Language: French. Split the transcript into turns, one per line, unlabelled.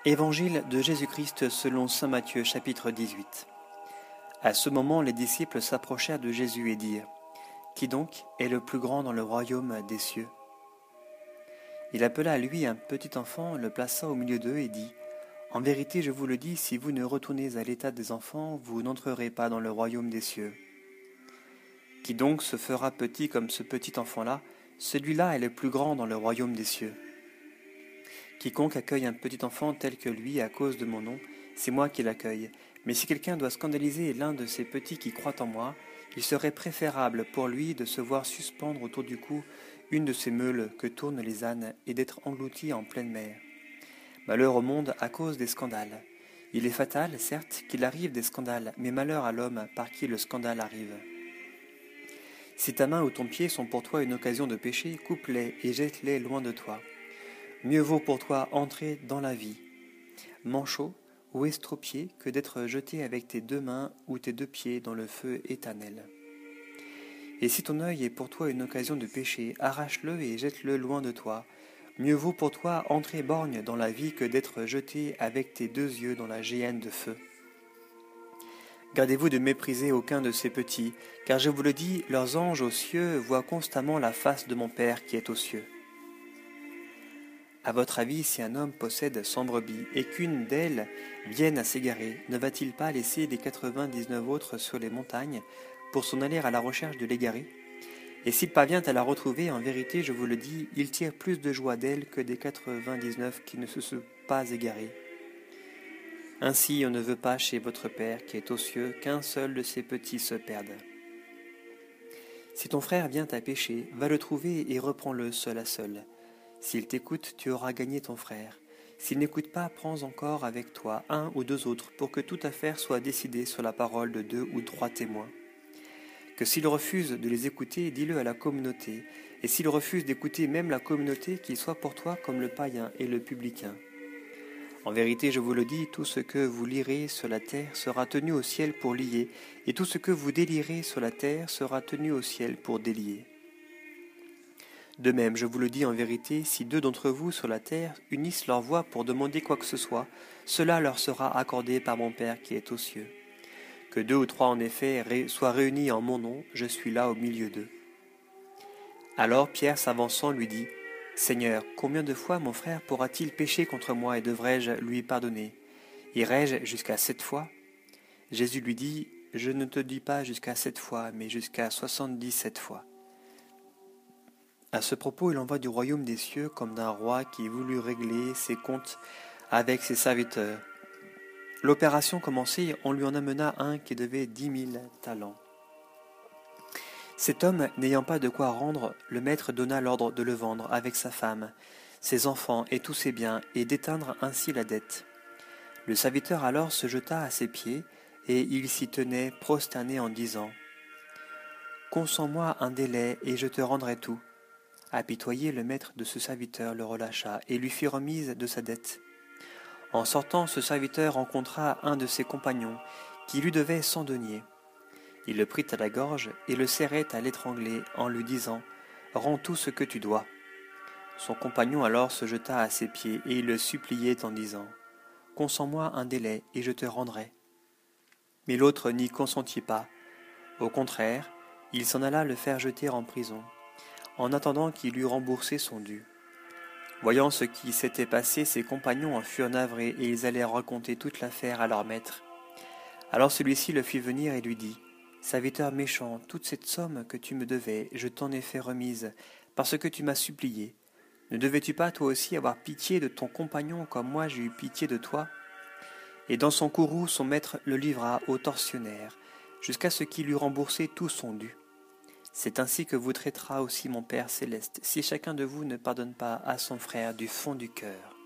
Évangile de Jésus-Christ selon saint Matthieu chapitre 18. À ce moment, les disciples s'approchèrent de Jésus et dirent : « Qui donc est le plus grand dans le royaume des cieux ?» Il appela à lui un petit enfant, le plaça au milieu d'eux et dit : « En vérité, je vous le dis, si vous ne retournez à l'état des enfants, vous n'entrerez pas dans le royaume des cieux. Qui donc se fera petit comme ce petit enfant-là ? Celui-là est le plus grand dans le royaume des cieux. Quiconque accueille un petit enfant tel que lui à cause de mon nom, c'est moi qui l'accueille. Mais si quelqu'un doit scandaliser l'un de ces petits qui croient en moi, il serait préférable pour lui de se voir suspendre autour du cou une de ces meules que tournent les ânes et d'être englouti en pleine mer. Malheur au monde à cause des scandales. Il est fatal, certes, qu'il arrive des scandales, mais malheur à l'homme par qui le scandale arrive. Si ta main ou ton pied sont pour toi une occasion de pécher, coupe-les et jette-les loin de toi. Mieux vaut pour toi entrer dans la vie, manchot ou estropié, que d'être jeté avec tes deux mains ou tes deux pieds dans le feu éternel. Et si ton œil est pour toi une occasion de péché, arrache-le et jette-le loin de toi. Mieux vaut pour toi entrer borgne dans la vie que d'être jeté avec tes deux yeux dans la géhenne de feu. Gardez-vous de mépriser aucun de ces petits, car je vous le dis, leurs anges aux cieux voient constamment la face de mon Père qui est aux cieux. À votre avis, si un homme possède 100 brebis et qu'une d'elles vienne à s'égarer, ne va-t-il pas laisser les 99 autres sur les montagnes pour s'en aller à la recherche de l'égarée ? Et s'il parvient à la retrouver, en vérité, je vous le dis, il tire plus de joie d'elle que des 99 qui ne se sont pas égarés. Ainsi, on ne veut pas chez votre Père qui est aux cieux qu'un seul de ces petits se perde. Si ton frère vient à pécher, va le trouver et reprends-le seul à seul. S'il t'écoute, tu auras gagné ton frère. S'il n'écoute pas, prends encore avec toi un ou deux autres, pour que toute affaire soit décidée sur la parole de 2 ou 3 témoins. Que s'il refuse de les écouter, dis-le à la communauté, et s'il refuse d'écouter même la communauté, qu'il soit pour toi comme le païen et le publicain. En vérité, je vous le dis, tout ce que vous lirez sur la terre sera tenu au ciel pour lier, et tout ce que vous délierez sur la terre sera tenu au ciel pour délier. De même, je vous le dis en vérité, si 2 d'entre vous sur la terre unissent leur voix pour demander quoi que ce soit, cela leur sera accordé par mon Père qui est aux cieux. Que 2 ou 3 en effet soient réunis en mon nom, je suis là au milieu d'eux. Alors Pierre s'avançant lui dit : Seigneur, combien de fois mon frère pourra-t-il pécher contre moi et devrais-je lui pardonner ? Irai-je jusqu'à 7 fois ? Jésus lui dit : Je ne te dis pas jusqu'à 7 fois, mais jusqu'à 77 fois. À ce propos, il en va du royaume des cieux comme d'un roi qui voulut régler ses comptes avec ses serviteurs. L'opération commencée, on lui en amena un qui devait 10 000 talents. Cet homme, n'ayant pas de quoi rendre, le maître donna l'ordre de le vendre avec sa femme, ses enfants et tous ses biens, et d'éteindre ainsi la dette. Le serviteur alors se jeta à ses pieds, et il s'y tenait prosterné en disant : « Consens-moi un délai, et je te rendrai tout. » Apitoyé, le maître de ce serviteur le relâcha et lui fit remise de sa dette. En sortant, ce serviteur rencontra un de ses compagnons qui lui devait 100 deniers. Il le prit à la gorge et le serrait à l'étrangler en lui disant : « Rends tout ce que tu dois. » Son compagnon alors se jeta à ses pieds et il le suppliait en disant : « Consens-moi un délai et je te rendrai. » Mais l'autre n'y consentit pas. Au contraire, il s'en alla le faire jeter en prison, en attendant qu'il eût remboursé son dû. Voyant ce qui s'était passé, ses compagnons en furent navrés et ils allèrent raconter toute l'affaire à leur maître. Alors celui-ci le fit venir et lui dit : « Serviteur méchant, toute cette somme que tu me devais, je t'en ai fait remise, parce que tu m'as supplié. Ne devais-tu pas toi aussi avoir pitié de ton compagnon comme moi j'ai eu pitié de toi ?» Et dans son courroux, son maître le livra au tortionnaire, jusqu'à ce qu'il eût remboursé tout son dû. C'est ainsi que vous traitera aussi mon Père céleste, si chacun de vous ne pardonne pas à son frère du fond du cœur.